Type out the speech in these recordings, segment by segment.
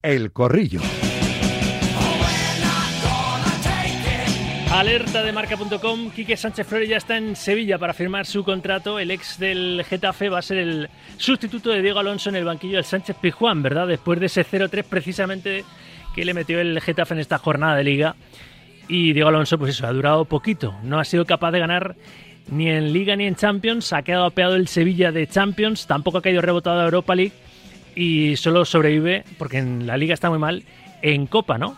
El Corrillo. Alerta de marca.com, Quique Sánchez Flores ya está en Sevilla para firmar su contrato. El ex del Getafe va a ser el sustituto de Diego Alonso en el banquillo del Sánchez Pizjuán, ¿verdad? Después de ese 0-3 precisamente que le metió el Getafe en esta jornada de Liga. Y Diego Alonso, pues eso, ha durado poquito. No ha sido capaz de ganar ni en Liga ni en Champions. Ha quedado apeado el Sevilla de Champions. Tampoco ha caído rebotado a Europa League. Y solo sobrevive, porque en la Liga está muy mal, en Copa, ¿no?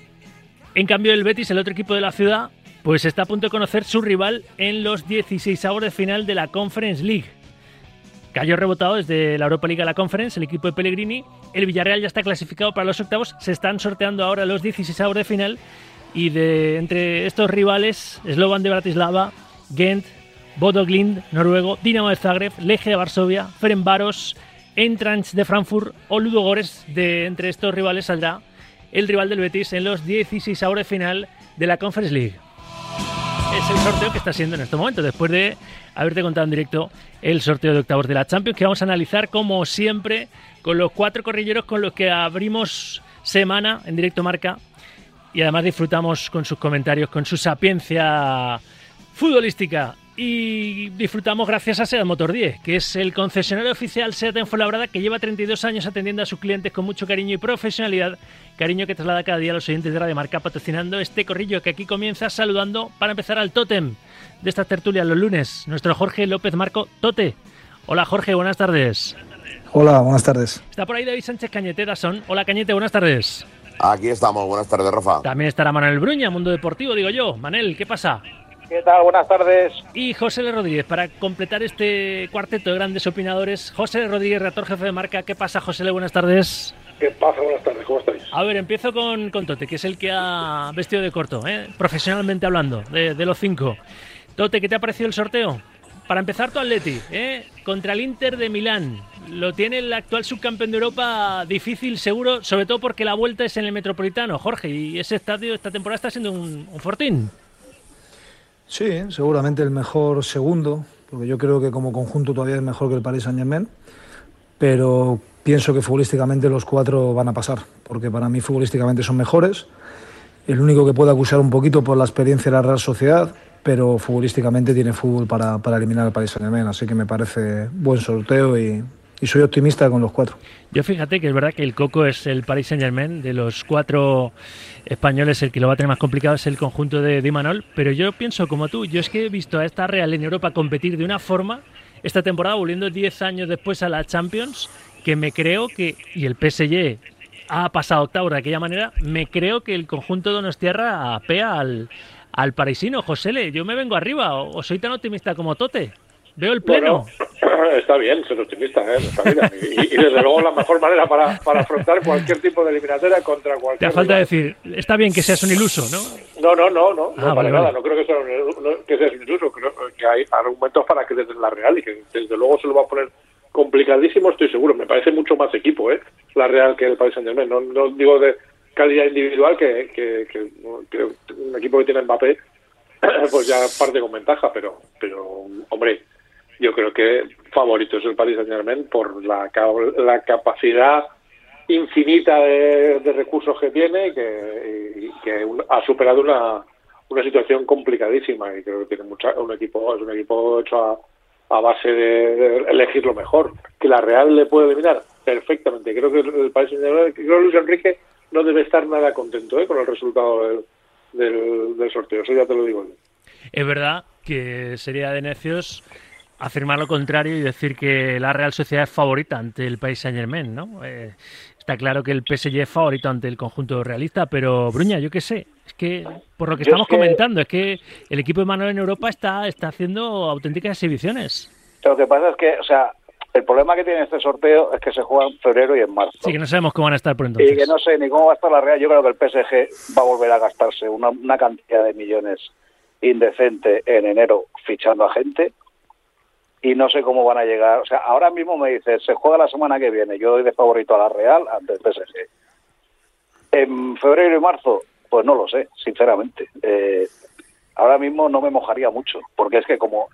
En cambio, el Betis, el otro equipo de la ciudad, pues está a punto de conocer su rival en los 16avos de final de la Conference League. Cayó rebotado desde la Europa League a la Conference, el equipo de Pellegrini. El Villarreal ya está clasificado para los octavos. Se están sorteando ahora los 16avos de final. Y entre estos rivales, Slovan de Bratislava, Gent, Bodo Glimt, noruego, Dinamo de Zagreb, Legia de Varsovia, Ferencváros, Eintracht de Frankfurt o Ludogorets. Entre estos rivales saldrá el rival del Betis en los 16avos de final de la Conference League. Es el sorteo que está siendo en este momento, después de haberte contado en directo el sorteo de octavos de la Champions, que vamos a analizar como siempre con los 4 corrilleros con los que abrimos semana en Directo Marca, y además disfrutamos con sus comentarios, con su sapiencia futbolística. Y disfrutamos gracias a SEAT Motor 10, que es el concesionario oficial SEAT en Fuenlabrada, que lleva 32 años atendiendo a sus clientes con mucho cariño y profesionalidad. Cariño que traslada cada día a los oyentes de Radio Marca, patrocinando este corrillo que aquí comienza saludando para empezar al tótem de estas tertulias los lunes, nuestro Jorge López Marco Tote. Hola Jorge, buenas tardes. Hola, buenas tardes. Está por ahí David Sánchez Cañete Dazón. Hola Cañete, buenas tardes. Aquí estamos, buenas tardes, Rafa. También estará Manuel Bruña, Mundo Deportivo, digo yo. Manel, ¿qué pasa? ¿Qué tal? Buenas tardes. Y José L. Rodríguez, para completar este cuarteto de grandes opinadores. José L. Rodríguez, redactor jefe de Marca. ¿Qué pasa, José L.? Buenas tardes. ¿Qué pasa? Buenas tardes, ¿cómo estáis? A ver, empiezo con Tote, que es el que ha vestido de corto, profesionalmente hablando, de los 5. Tote, ¿qué te ha parecido el sorteo? Para empezar, tu Atleti, contra el Inter de Milán. Lo tiene el actual subcampeón de Europa difícil, seguro, sobre todo porque la vuelta es en el Metropolitano, Jorge, y ese estadio esta temporada está siendo un fortín. Sí, seguramente el mejor segundo, porque yo creo que como conjunto todavía es mejor que el Paris Saint-Germain, pero pienso que futbolísticamente los 4 van a pasar, porque para mí futbolísticamente son mejores. El único que puede acusar un poquito por la experiencia de la Real Sociedad, pero futbolísticamente tiene fútbol para eliminar al Paris Saint-Germain, así que me parece buen sorteo y soy optimista con los 4. Yo fíjate que es verdad que el coco es el Paris Saint-Germain, de los 4 españoles el que lo va a tener más complicado es el conjunto de Imanol, pero yo pienso como tú, yo es que he visto a esta Real en Europa competir de una forma esta temporada, volviendo 10 años después a la Champions, que me creo que, y el PSG ha pasado octavos de aquella manera, me creo que el conjunto de Donostiarra apea al parisino. Josele, yo me vengo arriba, o soy tan optimista como Tote. Veo el pleno. Bueno, está bien ser optimista, está bien. Y desde luego la mejor manera para afrontar cualquier tipo de eliminatoria contra cualquier... Te falta decir, está bien que seas un iluso, ¿no? No, para nada. No creo que seas un iluso. Creo que hay argumentos para que desde la Real, y que desde luego se lo va a poner complicadísimo, estoy seguro. Me parece mucho más equipo, la Real, que el Paris Saint-Germain. No digo de calidad individual, que un equipo que tiene Mbappé pues ya parte con ventaja, pero hombre, yo creo que favorito es el Paris Saint-Germain por la capacidad infinita de recursos que tiene y que ha superado una situación complicadísima, y creo que tiene es un equipo hecho a base de elegir lo mejor. Que la Real le puede eliminar perfectamente. Creo que el Paris Saint-Germain, creo que Luis Enrique no debe estar nada contento con el resultado del sorteo, eso ya te lo digo yo. Es verdad que sería de necios afirmar lo contrario y decir que la Real Sociedad es favorita ante el Paris Saint-Germain, ¿no? Está claro que el PSG es favorito ante el conjunto realista, pero Bruña, yo qué sé, es que por lo que estamos comentando, es que el equipo de Manuel en Europa está haciendo auténticas exhibiciones. Lo que pasa es que, el problema que tiene este sorteo es que se juega en febrero y en marzo. Sí, que no sabemos cómo van a estar por entonces. Y que no sé ni cómo va a estar la Real. Yo creo que el PSG va a volver a gastarse una cantidad de millones indecente en enero fichando a gente. Y no sé cómo van a llegar. Ahora mismo me dices, se juega la semana que viene. Yo doy de favorito a la Real ante el PSG. En febrero y marzo, pues no lo sé, sinceramente. Ahora mismo no me mojaría mucho, porque es que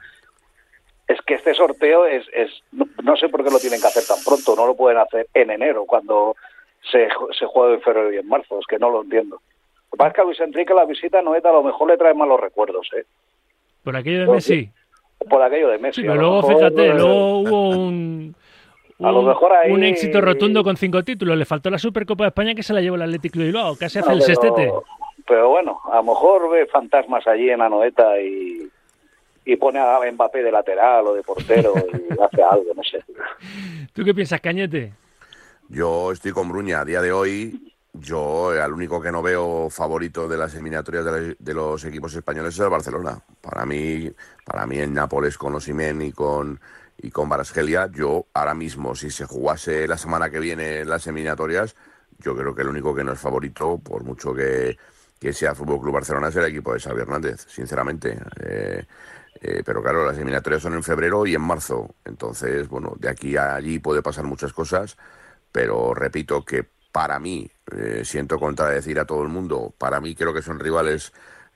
este sorteo no sé por qué lo tienen que hacer tan pronto. No lo pueden hacer en enero, cuando se juega en febrero y en marzo, es que no lo entiendo. Lo que pasa es que a Luis Enrique la visita a Anoeta a lo mejor le trae malos recuerdos, ¿eh? Por aquello de Messi. Por aquello de Messi. Sí, pero luego, fíjate, luego hubo un éxito rotundo con 5 títulos. Le faltó la Supercopa de España que se la llevó el Athletic Club de Bilbao, casi hace el sextete. Pero bueno, a lo mejor ve fantasmas allí en Anoeta y pone a Mbappé de lateral o de portero y hace algo, no sé. ¿Tú qué piensas, Cañete? Yo estoy con Bruña. A día de hoy, yo al único que no veo favorito de las eliminatorias de los equipos españoles es el Barcelona. Para mí el Nápoles con Osimhen y con Kvaratskhelia, yo ahora mismo, si se jugase la semana que viene las eliminatorias, yo creo que el único que no es favorito, por mucho que sea Fútbol Club Barcelona, es el equipo de Xavi Hernández, sinceramente. Pero claro, las eliminatorias son en febrero y en marzo. Entonces, bueno, de aquí a allí puede pasar muchas cosas, pero repito que para mí, siento contradecir a todo el mundo, para mí creo que son rivales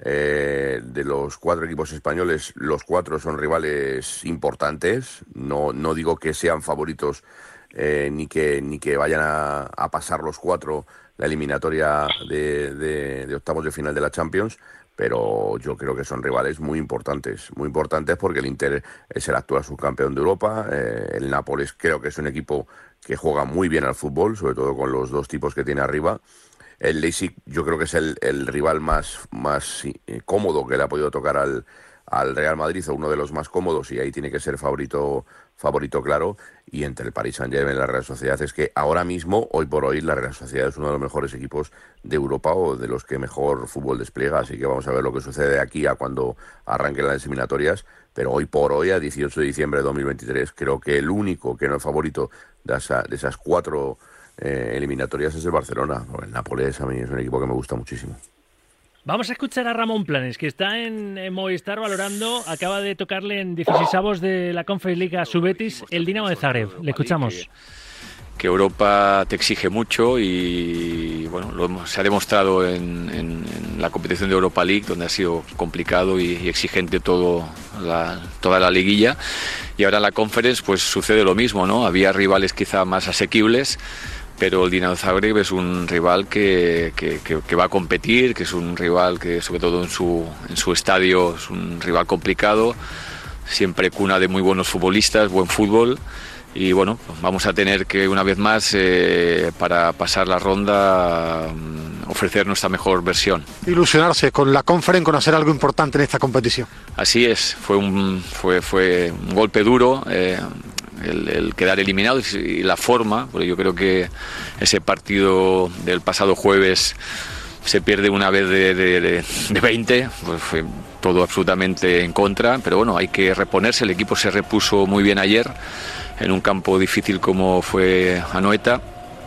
de los 4 equipos españoles, los 4 son rivales importantes. No digo que sean favoritos ni que vayan a pasar los 4 la eliminatoria de octavos de final de la Champions, pero yo creo que son rivales muy importantes porque el Inter es el actual subcampeón de Europa, el Nápoles creo que es un equipo que juega muy bien al fútbol, sobre todo con los 2 tipos que tiene arriba. El Leipzig yo creo que es el rival más cómodo que le ha podido tocar al Real Madrid, o uno de los más cómodos, y ahí tiene que ser favorito claro. Y entre el Paris Saint-Germain y la Real Sociedad, es que ahora mismo, hoy por hoy, la Real Sociedad es uno de los mejores equipos de Europa o de los que mejor fútbol despliega, así que vamos a ver lo que sucede de aquí a cuando arranquen las eliminatorias. Pero hoy por hoy, a 18 de diciembre de 2023, creo que el único que no es favorito de esas 4 eliminatorias es el Barcelona. El Nápoles a mí es un equipo que me gusta muchísimo. Vamos a escuchar a Ramón Planes, que está en Movistar valorando, acaba de tocarle en 16avos de la Conference League a su Betis, el Dinamo de Zagreb. Le escuchamos. Que Europa te exige mucho y bueno, se ha demostrado en la competición de Europa League, donde ha sido complicado y exigente toda la liguilla, y ahora en la Conference pues sucede lo mismo, ¿no? Había rivales quizá más asequibles, pero el Dinamo Zagreb es un rival que va a competir, que es un rival que sobre todo en su estadio es un rival complicado, siempre cuna de muy buenos futbolistas, buen fútbol. Y bueno, vamos a tener que una vez más, para pasar la ronda, ofrecer nuestra mejor versión. Ilusionarse con la Conference, con hacer algo importante en esta competición. Así es, fue un golpe duro el quedar eliminado y la forma, porque yo creo que ese partido del pasado jueves se pierde una vez de 20, pues fue todo absolutamente en contra, pero bueno, hay que reponerse, el equipo se repuso muy bien ayer en un campo difícil como fue Anoeta,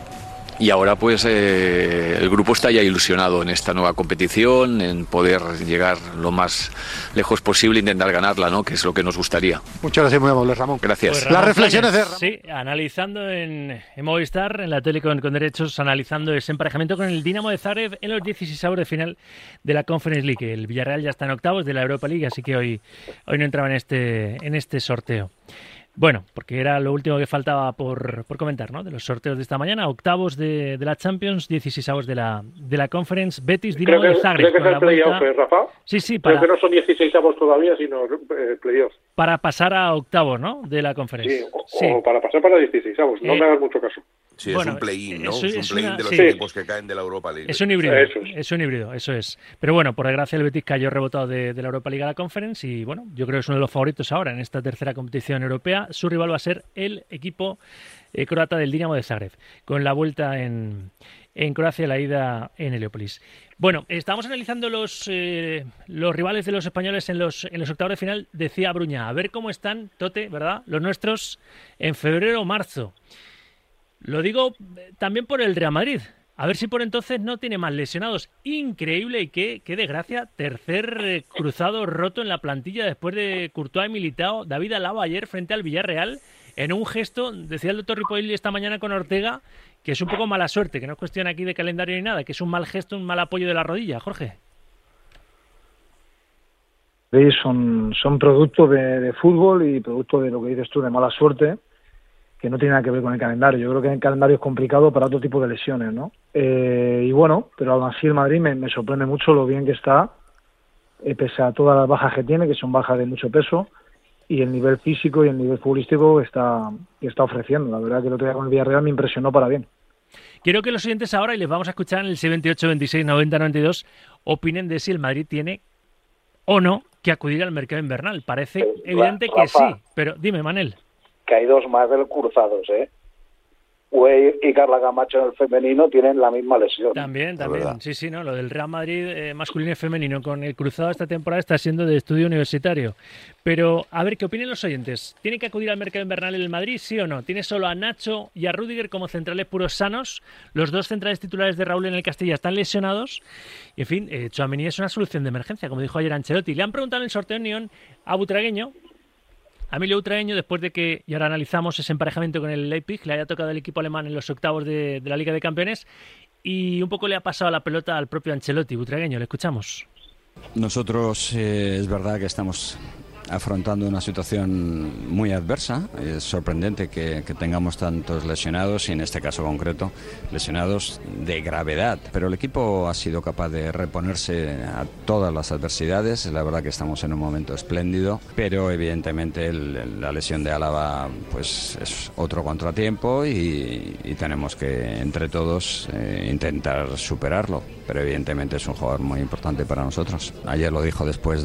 y ahora pues el grupo está ya ilusionado en esta nueva competición, en poder llegar lo más lejos posible e intentar ganarla, ¿no? Que es lo que nos gustaría. Muchas gracias, muy amable, Ramón. Gracias. Pues Ramón, las reflexiones de Ramón. Sí, analizando en Movistar, en la tele con derechos, analizando ese emparejamiento con el Dinamo de Zagreb en los 16avos de final de la Conference League. El Villarreal ya está en octavos de la Europa League, así que hoy no entraba en este sorteo. Bueno, porque era lo último que faltaba por comentar, ¿no? De los sorteos de esta mañana, octavos de la Champions, 16avos de la Conference, Betis, Dinamo de Zagreb. ¿Creo que es el playoff, Rafa? Sí. Creo que no son 16avos todavía, sino playoff. Para pasar a octavos, ¿no? De la Conference. Sí, o para pasar para 16avos, no me hagas mucho caso. Sí, bueno, es un play-in, ¿no? Es un play-in de los sí. equipos que caen de la Europa League. Es un híbrido, eso es. Pero bueno, por desgracia el Betis cayó rebotado de la Europa League a la Conference y bueno, yo creo que es uno de los favoritos ahora en esta tercera competición europea. Su rival va a ser el equipo croata del Dinamo de Zagreb, con la vuelta en Croacia, la ida en Heliópolis. Bueno, estamos analizando los rivales de los españoles en los octavos de final. Decía Bruña, a ver cómo están, Tote, ¿verdad? Los nuestros en febrero o marzo. Lo digo también por el Real Madrid. A ver si por entonces no tiene más lesionados. Increíble y qué desgracia. Tercer cruzado roto en la plantilla después de Courtois y Militao. David Alaba ayer frente al Villarreal en un gesto, decía el doctor Ripoll esta mañana con Ortega, que es un poco mala suerte, que no es cuestión aquí de calendario ni nada, que es un mal gesto, un mal apoyo de la rodilla. Jorge. Son producto de fútbol y producto de lo que dices tú, de mala suerte. que no tiene nada que ver con el calendario. Yo creo que el calendario es complicado para otro tipo de lesiones, ¿no? Y bueno, pero aún así el Madrid me sorprende mucho lo bien que está, pese a todas las bajas que tiene, que son bajas de mucho peso, y el nivel físico y el nivel futbolístico que está ofreciendo. La verdad que el otro día con el Villarreal me impresionó para bien. Quiero que los oyentes ahora, y les vamos a escuchar en el 628 26 90 92, opinen de si el Madrid tiene o no que acudir al mercado invernal. Parece evidente que sí, pero dime, Manel. Que hay dos más del cruzados, ¿eh? Güey y Carla Camacho en el femenino tienen la misma lesión. También. Sí, no, lo del Real Madrid masculino y femenino con el cruzado esta temporada está siendo de estudio universitario. Pero, a ver, ¿qué opinan los oyentes? ¿Tiene que acudir al mercado invernal el Madrid, sí o no? Tiene solo a Nacho y a Rüdiger como centrales puros sanos. Los dos centrales titulares de Raúl en el Castilla están lesionados. Y, en fin, Tchouaméni es una solución de emergencia, como dijo ayer Ancelotti. Le han preguntado en el sorteo en Nyon a Butragueño, a Emilio Butragueño, después de que, y ahora analizamos ese emparejamiento con el Leipzig, le haya tocado el equipo alemán en los octavos de la Liga de Campeones, y un poco le ha pasado la pelota al propio Ancelotti. Butragueño, le escuchamos. Nosotros es verdad que estamos afrontando una situación muy adversa. Es sorprendente que tengamos tantos lesionados, y en este caso concreto lesionados de gravedad, pero el equipo ha sido capaz de reponerse a todas las adversidades. La verdad que estamos en un momento espléndido, pero evidentemente la lesión de Álava pues es otro contratiempo, y tenemos que entre todos intentar superarlo, pero evidentemente es un jugador muy importante para nosotros. Ayer lo dijo después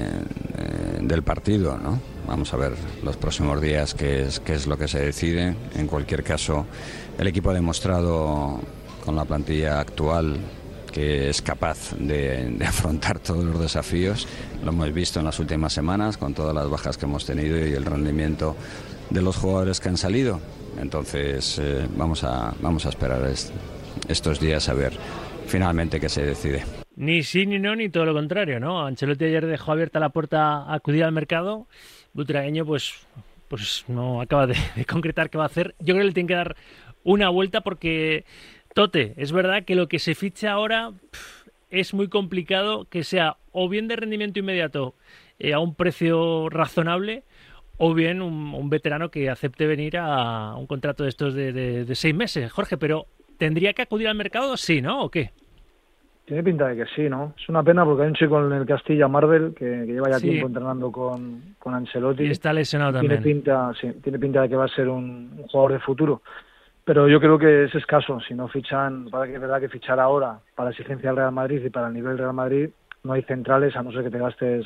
del partido, ¿no? Vamos a ver los próximos días qué es lo que se decide. En cualquier caso, el equipo ha demostrado con la plantilla actual que es capaz de afrontar todos los desafíos. Lo hemos visto en las últimas semanas con todas las bajas que hemos tenido y el rendimiento de los jugadores que han salido. Entonces vamos a esperar estos días a ver finalmente qué se decide. Ni sí ni no, ni todo lo contrario, ¿no? Ancelotti ayer dejó abierta la puerta a acudir al mercado. Butragueño pues no acaba de concretar qué va a hacer. Yo creo que le tiene que dar una vuelta porque, Tote, es verdad que lo que se ficha ahora es muy complicado que sea o bien de rendimiento inmediato a un precio razonable, o bien un veterano que acepte venir a un contrato de estos de 6 meses. Jorge, pero ¿tendría que acudir al mercado? Sí, ¿no? ¿O qué? Tiene pinta de que sí, ¿no? Es una pena porque hay un chico en el Castilla, Marvel, que lleva ya tiempo entrenando con Ancelotti. Y está lesionado también. Tiene pinta de que va a ser un jugador de futuro. Pero yo creo que es escaso. Si no fichan, para que es verdad que fichar ahora para la exigencia del Real Madrid y para el nivel del Real Madrid, no hay centrales, a no ser que te gastes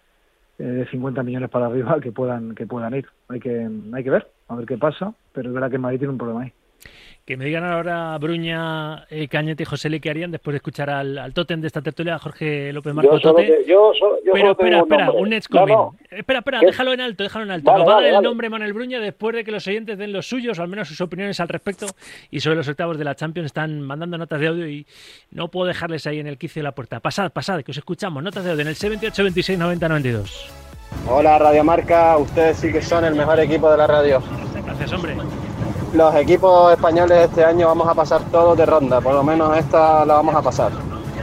50 millones para arriba que puedan ir. Hay que ver, a ver qué pasa, pero es verdad que el Madrid tiene un problema ahí. Que me digan ahora Bruña, Cañete y José Le qué harían después de escuchar al tótem de esta tertulia, Jorge López Marco Tote. Pero espera, un Nets coming. No. Espera, déjalo en alto. Vale, nos va a dar el nombre Manuel Bruña después de que los oyentes den los suyos, o al menos sus opiniones al respecto, y sobre los octavos de la Champions. Están mandando notas de audio y no puedo dejarles ahí en el quicio de la puerta. Pasad, que os escuchamos. Notas de audio en el 78 26 90 92. Hola, Radio Marca. Ustedes sí que son el mejor equipo de la radio. Gracias, hombre. Los equipos españoles este año vamos a pasar todos de ronda, por lo menos esta la vamos a pasar.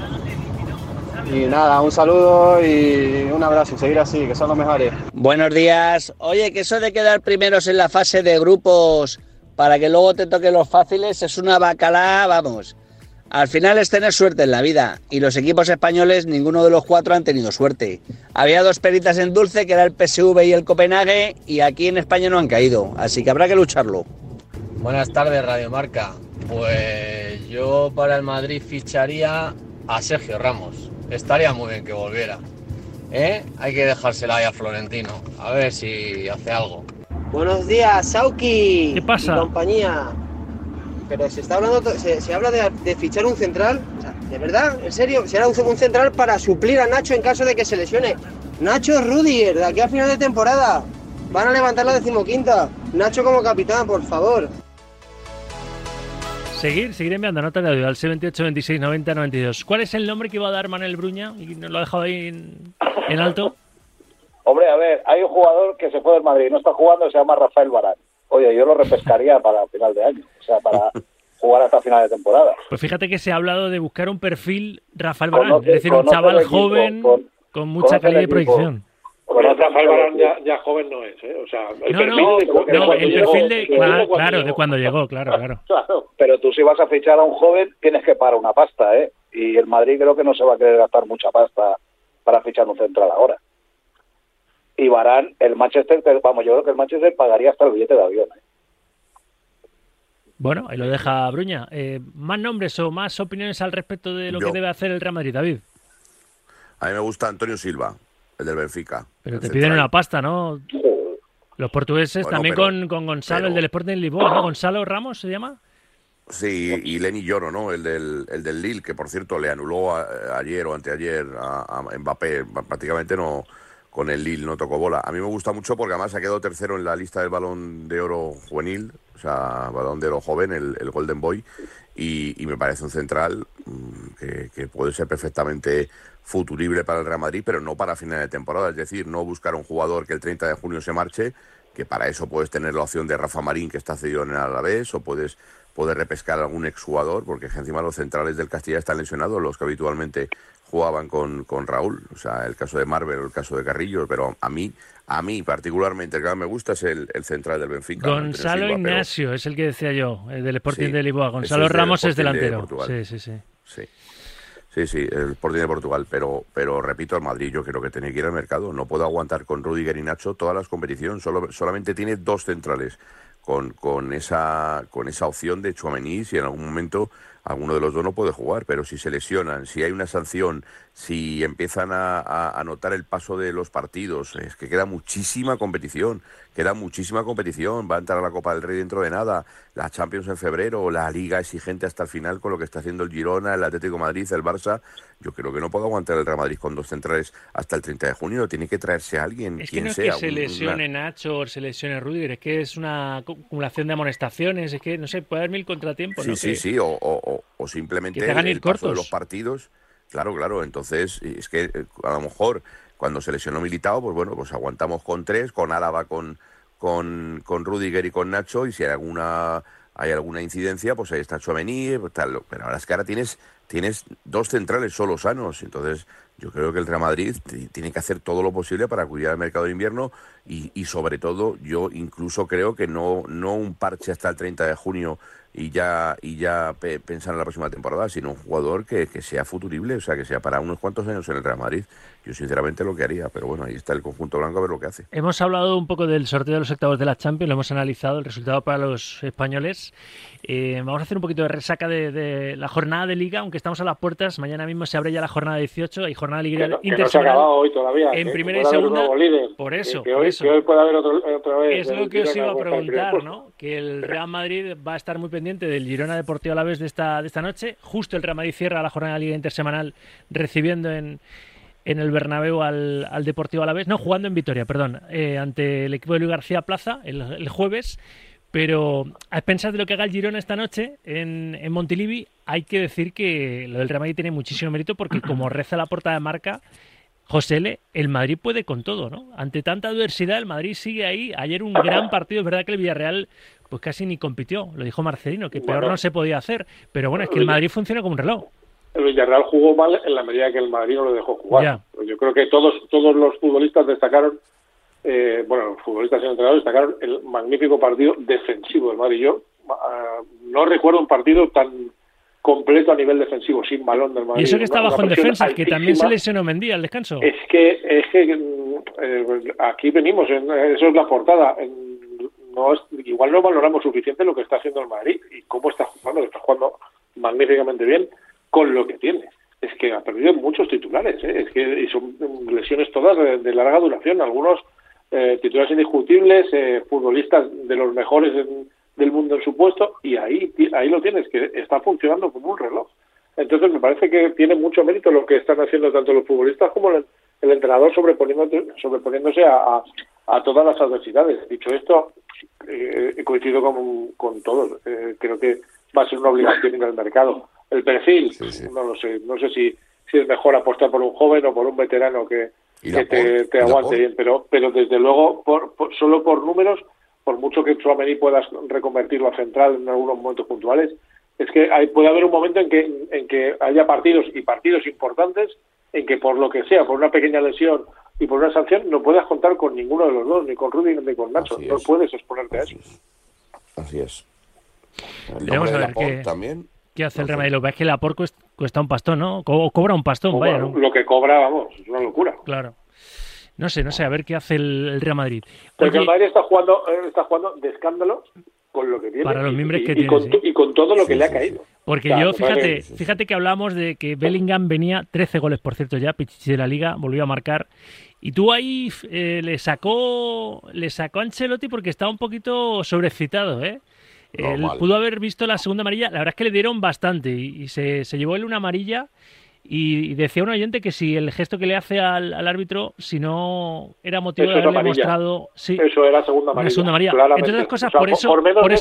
Y nada, un saludo y un abrazo, seguir así, que son los mejores. Buenos días. Oye, que eso de quedar primeros en la fase de grupos para que luego te toquen los fáciles es una bacalá, vamos. Al final es tener suerte en la vida, y los equipos españoles, ninguno de los 4 han tenido suerte. Había 2 peritas en dulce, que era el PSV y el Copenhague, y aquí en España no han caído, así que habrá que lucharlo. Buenas tardes, Radio Marca. Pues yo para el Madrid ficharía a Sergio Ramos. Estaría muy bien que volviera. Hay que dejársela ahí a Florentino. A ver si hace algo. Buenos días, Sauki. ¿Qué pasa? Y compañía. Pero se está hablando, se habla de fichar un central. O sea, ¿de verdad? ¿En serio? ¿Será un central para suplir a Nacho en caso de que se lesione? Nacho Rüdiger, de aquí a final de temporada. Van a levantar la 15ª. Nacho como capitán, por favor. Seguir enviando notas de audio al 78 26 90 92. ¿Cuál es el nombre que iba a dar Manuel Bruña? Y nos lo ha dejado ahí en alto. Hombre, a ver, hay un jugador que se fue del Madrid, no está jugando, se llama Rafael Varane. Oye, yo lo repescaría para final de año, o sea, para jugar hasta final de temporada. Pues fíjate que se ha hablado de buscar un perfil Rafael Varane, es decir, un chaval joven con mucha calidad y proyección. Rafael Varane ya joven no es, O sea, el perfil de cuando llegó, claro. Pero tú si vas a fichar a un joven tienes que pagar una pasta, Y el Madrid creo que no se va a querer gastar mucha pasta para fichar un central ahora. Y Varane, el Manchester, yo creo que el Manchester pagaría hasta el billete de avión, Bueno, ahí lo deja Bruña. ¿Más nombres o más opiniones al respecto de lo que debe hacer el Real Madrid, David? A mí me gusta Antonio Silva, el del Benfica. Pero te piden una pasta, ¿no? Los portugueses también con Gonzalo, el del Sporting de Lisboa, ¿no? Gonzalo Ramos se llama. Sí, y Lenny Yoro, ¿no? El del Lille, que por cierto le anuló ayer o anteayer a Mbappé. Prácticamente no, con el Lille no tocó bola. A mí me gusta mucho porque además ha quedado tercero en la lista del Balón de Oro juvenil, o sea, Balón de Oro joven, el Golden Boy, y me parece un central que puede ser perfectamente futurible para el Real Madrid, pero no para final de temporada. Es decir, no buscar un jugador que el 30 de junio se marche, que para eso puedes tener la opción de Rafa Marín, que está cedido en el Alavés, o puedes repescar a algún exjugador, porque encima los centrales del Castilla están lesionados, los que habitualmente jugaban con Raúl, o sea, el caso de Marvel o el caso de Carrillo, pero a mí particularmente el que más me gusta es el central del Benfica. Gonzalo Silva, Ignacio, es el que decía yo, el del Sporting de Lisboa. Gonzalo Ramos es delantero. Sí, el Sporting de Portugal, pero repito, el Madrid yo creo que tiene que ir al mercado. No puedo aguantar con Rudiger y Nacho todas las competiciones, solamente tiene 2 centrales con esa opción de Tchouaméni, si en algún momento alguno de los dos no puede jugar, pero si se lesionan, si hay una sanción, si empiezan a notar el paso de los partidos, es que queda muchísima competición, va a entrar a la Copa del Rey dentro de nada, la Champions en febrero, la Liga exigente hasta el final con lo que está haciendo el Girona, el Atlético de Madrid, el Barça. Yo creo que no puedo aguantar el Real Madrid con 2 centrales hasta el 30 de junio, tiene que traerse a alguien, es quien que no sea. Es que se lesione Nacho o se lesione Rudiger, es que es una acumulación de amonestaciones, es que, no sé, puede haber 1000 contratiempos. Sí, o simplemente el paso de los partidos. Claro, entonces es que a lo mejor cuando se lesionó Militao, pues bueno, pues aguantamos con 3, con Álava, con Rudiger y con Nacho, y si hay alguna incidencia, pues ahí está Tchouaméni, tal. Pero ahora es que ahora tienes 2 centrales solo sanos, entonces yo creo que el Real Madrid tiene que hacer todo lo posible para acudir al mercado de invierno y sobre todo yo incluso creo que no un parche hasta el 30 de junio y ya pensar en la próxima temporada, sino un jugador que sea futurible, o sea, que sea para unos cuantos años en el Real Madrid. Yo sinceramente lo que haría, pero bueno, ahí está el conjunto blanco a ver lo que hace. Hemos hablado un poco del sorteo de los octavos de la Champions, lo hemos analizado, el resultado para los españoles. Vamos a hacer un poquito de resaca de la jornada de Liga, aunque estamos a las puertas. Mañana mismo se abre ya la jornada 18, hay jornada de Liga intersemanal. No se ha acabado hoy todavía. En primera y segunda. Por eso. Que hoy puede haber otra vez. Es lo que os iba a preguntar, ¿no? Que el Real Madrid va a estar muy pendiente del Girona Deportivo Alavés de esta noche. Justo el Real Madrid cierra la jornada de Liga intersemanal recibiendo en el Bernabéu al Deportivo Alavés, no, jugando en Vitoria, perdón, ante el equipo de Luis García Plaza el jueves. Pero a pensar de lo que haga el Girona esta noche en Montilivi, hay que decir que lo del Real Madrid tiene muchísimo mérito porque, como reza la portada de Marca, José L., el Madrid puede con todo, ¿no? Ante tanta adversidad, el Madrid sigue ahí. Ayer un gran partido, es verdad que el Villarreal pues casi ni compitió, lo dijo Marcelino, que peor no se podía hacer, pero bueno, es que el Madrid funciona como un reloj. El Villarreal jugó mal en la medida que el Madrid no lo dejó jugar. Ya. Yo creo que todos los futbolistas destacaron, los futbolistas y entrenadores destacaron el magnífico partido defensivo del Madrid. Yo no recuerdo un partido tan completo a nivel defensivo, sin balón del Madrid. Y eso que está bajo en defensa, que también se lesionó Mendy al descanso. Es que aquí venimos, eso es la portada. Igual no valoramos suficiente lo que está haciendo el Madrid y cómo está jugando magníficamente bien con lo que tiene. Es que ha perdido muchos titulares, es que y son lesiones todas de larga duración, algunos titulares indiscutibles, futbolistas de los mejores del mundo en su puesto, y ahí lo tienes, que está funcionando como un reloj. Entonces me parece que tiene mucho mérito lo que están haciendo tanto los futbolistas como el entrenador sobreponiéndose a todas las adversidades. Dicho esto, coincido con todos. Creo que va a ser una obligación ir al mercado. El perfil, no lo sé. No sé si es mejor apostar por un joven o por un veterano que te aguante bien. Pero desde luego, solo por números, por mucho que Tchouaméni puedas reconvertirlo a central en algunos momentos puntuales, es que puede haber un momento en que haya partidos importantes en que por lo que sea, por una pequeña lesión, y por una sanción no puedes contar con ninguno de los dos, ni con Rudiger ni con Nacho. No puedes exponerte a eso. Así es. Vamos a ver qué hace el Real Madrid. Lo que pasa es que el Laporte cuesta un pastón, ¿no? Cobra un pastón, vaya, ¿no? Lo que cobra, vamos, es una locura. Claro. No sé, a ver qué hace el Real Madrid. Porque el Madrid está jugando de escándalo con lo que tiene. Para los miembros que tiene. Y con todo lo que le ha caído. Porque fíjate que hablamos de que Bellingham venía 13 goles, por cierto, ya, Pichichi de la Liga, volvió a marcar. Y tú ahí le sacó a Ancelotti porque estaba un poquito sobreexcitado, ¿eh? Él pudo haber visto la segunda amarilla, la verdad es que le dieron bastante y se llevó él una amarilla y decía un oyente que si el gesto que le hace al árbitro, si no era motivo de haberle mostrado... Sí, eso era segunda amarilla. Entre otras cosas, o sea,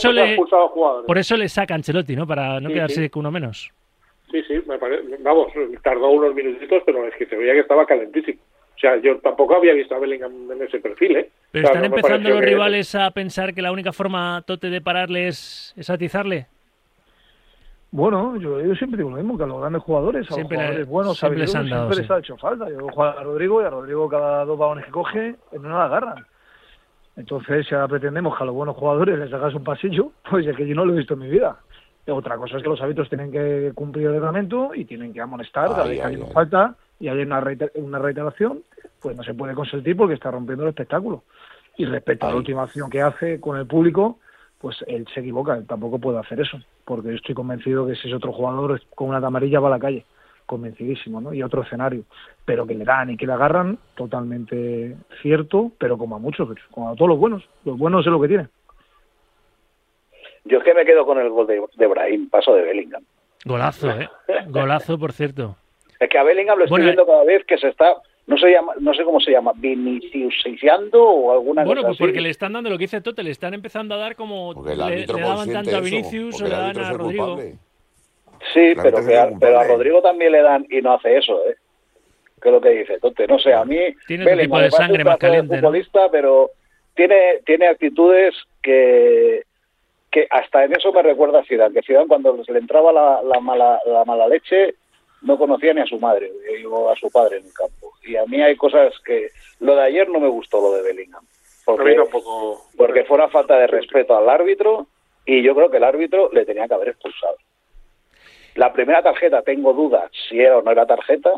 por eso le saca a Ancelotti, ¿no? Para no quedarse con uno menos. Sí, me parece, vamos, tardó unos minutitos, pero es que se veía que estaba calentísimo. O sea, yo tampoco había visto a Bellingham en ese perfil, ¿eh? Pero están empezando los rivales a pensar que la única forma, Tote, de pararle es atizarle. Bueno, yo siempre digo lo mismo, que a los grandes jugadores, a los jugadores buenos, siempre les ha hecho falta. Yo juego a Rodrigo y a Rodrigo cada 2 balones que coge, no la agarran. Entonces, si ahora pretendemos que a los buenos jugadores les hagas un pasillo, pues es que yo no lo he visto en mi vida. Otra cosa es que los árbitros tienen que cumplir el reglamento y tienen que amonestar cada vez que hay una falta y hay una reiteración, pues no se puede consentir porque está rompiendo el espectáculo. Y respecto a la última acción que hace con el público, pues él se equivoca, él tampoco puede hacer eso, porque yo estoy convencido que si es otro jugador con una amarilla va a la calle, convencidísimo, ¿no? Y otro escenario, pero que le dan y que le agarran, totalmente cierto, pero como a muchos, como a todos los buenos es lo que tienen. Yo es que me quedo con el gol de Brahim, paso de Bellingham. Golazo, golazo, por cierto. Es que a Bellingham lo estoy viendo cada vez que se está, no sé cómo se llama, viniciusizando o alguna cosa pues así. porque le están dando lo que dice Tote, le están empezando a dar como le daban tanto a Vinicius o le dan a Rodrigo. Sí, pero a Rodrigo también le dan y no hace eso, ¿eh? Que es lo que dice Tote. No sé, a mí tiene un tipo de sangre más caliente, futbolista, ¿no? Pero tiene actitudes que hasta en eso me recuerda a Zidane, que Zidane cuando le entraba la mala leche no conocía ni a su madre o a su padre en el campo. Y a mí hay cosas que... Lo de ayer no me gustó, lo de Bellingham. Porque fue una falta de respeto al árbitro y yo creo que el árbitro le tenía que haber expulsado. La primera tarjeta tengo dudas si era o no era tarjeta,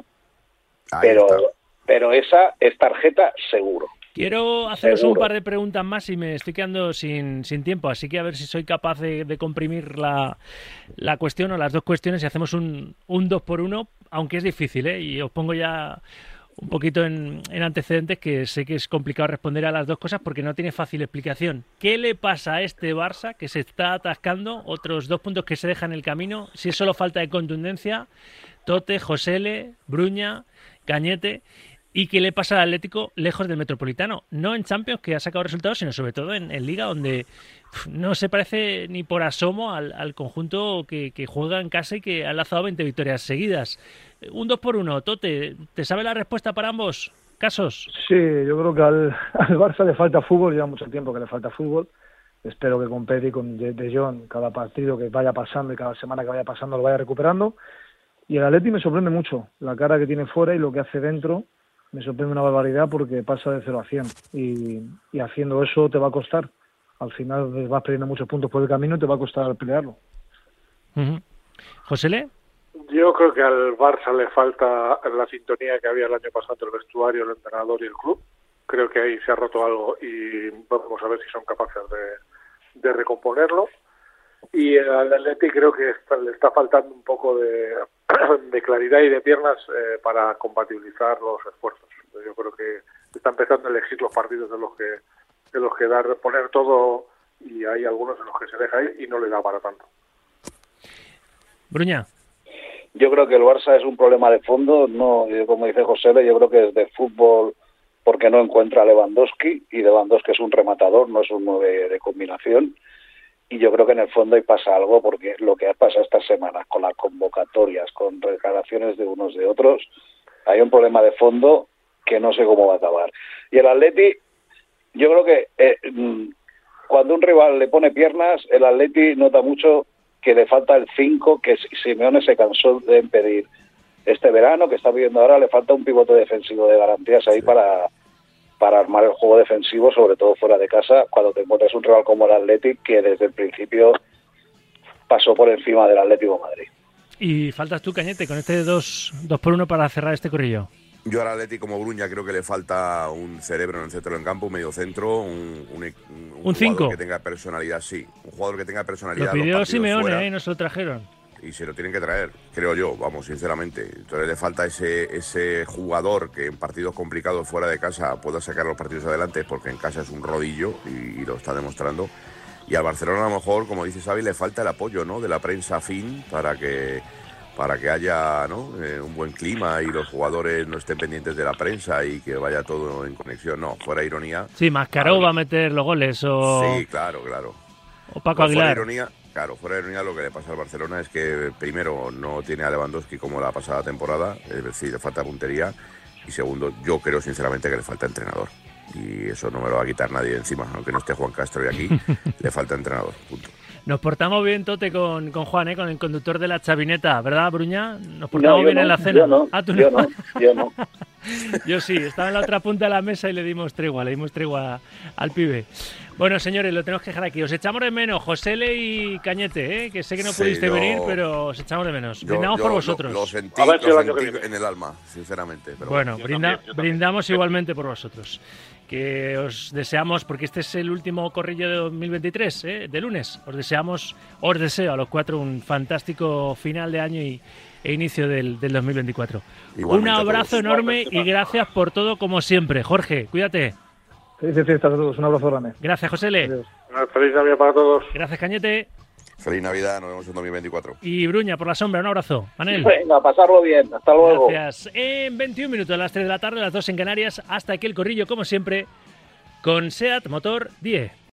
pero esa es tarjeta seguro. Quiero haceros un par de preguntas más y me estoy quedando sin tiempo, así que a ver si soy capaz de comprimir la cuestión o las dos cuestiones y hacemos un 2x1, aunque es difícil, ¿eh? Y os pongo ya un poquito en antecedentes, que sé que es complicado responder a las dos cosas porque no tiene fácil explicación. ¿Qué le pasa a este Barça que se está atascando? Otros 2 puntos que se dejan en el camino, si es solo falta de contundencia, Tote, Josele, Bruña, Cañete... ¿Y qué le pasa al Atlético lejos del Metropolitano? No en Champions, que ha sacado resultados, sino sobre todo en Liga, donde no se parece ni por asomo al conjunto que juega en casa y que ha lanzado 20 victorias seguidas. Un 2x1, Tote, ¿te sabe la respuesta para ambos casos? Sí, yo creo que al Barça le falta fútbol, lleva mucho tiempo que le falta fútbol. Espero que con Pedri y con De Jong, cada partido que vaya pasando y cada semana que vaya pasando lo vaya recuperando. Y el Atleti me sorprende mucho, la cara que tiene fuera y lo que hace dentro. Me sorprende una barbaridad porque pasa de 0 a 100 y haciendo eso te va a costar. Al final vas perdiendo muchos puntos por el camino y te va a costar pelearlo. ¿Josele? Yo creo que al Barça le falta la sintonía que había el año pasado entre el vestuario, el entrenador y el club. Creo que ahí se ha roto algo y vamos a ver si son capaces de recomponerlo. Y al Atleti creo que le está faltando un poco de claridad y de piernas para compatibilizar los esfuerzos. Yo creo que está empezando a elegir los partidos de los que poner todo, y hay algunos en los que se deja ir y no le da para tanto. Bruña. Yo creo que el Barça es un problema de fondo, no, como dice José, yo creo que es de fútbol porque no encuentra a Lewandowski, y Lewandowski es un rematador, no es un 9 de combinación. Y yo creo que en el fondo ahí pasa algo, porque lo que ha pasado estas semanas con las convocatorias, con declaraciones de unos de otros, hay un problema de fondo que no sé cómo va a acabar. Y el Atleti, yo creo que cuando un rival le pone piernas, el Atleti nota mucho que le falta el 5, que Simeone se cansó de pedir este verano, que está viviendo ahora. Le falta un pivote defensivo de garantías ahí para armar el juego defensivo, sobre todo fuera de casa, cuando te encuentras un rival como el Athletic, que desde el principio pasó por encima del Atlético de Madrid. Y faltas tú, Cañete, con este 2-1 para cerrar este corrillo. Yo al Athletic, como Bruña, creo que le falta un cerebro en el centro del campo, un medio centro, un jugador que tenga personalidad, sí. Un jugador que tenga personalidad. Lo pidió Simeone, no se lo trajeron. Y se lo tienen que traer, creo yo, vamos, sinceramente. Entonces le falta ese jugador que en partidos complicados fuera de casa pueda sacar los partidos adelante, porque en casa es un rodillo y lo está demostrando. Y al Barcelona, a lo mejor, como dice Xavi, le falta el apoyo, ¿no?, de la prensa afín para que haya, ¿no?, un buen clima y los jugadores no estén pendientes de la prensa y que vaya todo en conexión. No, fuera ironía. Sí, Mascaró va a meter los goles o... Sí, claro. O Paco Aguilar. Fuera de ironía, lo que le pasa al Barcelona es que, primero, no tiene a Lewandowski como la pasada temporada, es decir, le falta puntería, y segundo, yo creo sinceramente que le falta entrenador. Y eso no me lo va a quitar nadie de encima, aunque no esté Juan Castro y aquí, le falta entrenador, punto. Nos portamos bien, Tote, con Juan, con el conductor de la chavineta, ¿verdad, Bruña? Nos portamos bien en la cena. Yo no. Yo sí, estaba en la otra punta de la mesa y le dimos tregua al pibe. Bueno, señores, lo tenemos que dejar aquí. Os echamos de menos, Josele y Cañete, que sé que no pudiste venir, pero os echamos de menos. Brindamos por vosotros. Lo sentí en el alma, sinceramente. Pero bueno, brindamos igualmente por vosotros. Que os deseamos, porque este es el último corrillo de 2023, de lunes. Os deseo a los cuatro un fantástico final de año e inicio del 2024. Un abrazo enorme y gracias por todo, como siempre. Jorge, cuídate. Felices fiestas a todos, un abrazo grande. Gracias, Josele. Feliz Navidad para todos. Gracias, Cañete. Feliz Navidad, nos vemos en 2024. Y Bruña, por la sombra, un abrazo. Manel. Venga, pasarlo bien, hasta luego. Gracias. En 21 minutos, a las 3 de la tarde, las 2 en Canarias, hasta aquí el corrillo, como siempre, con SEAT Motor 10.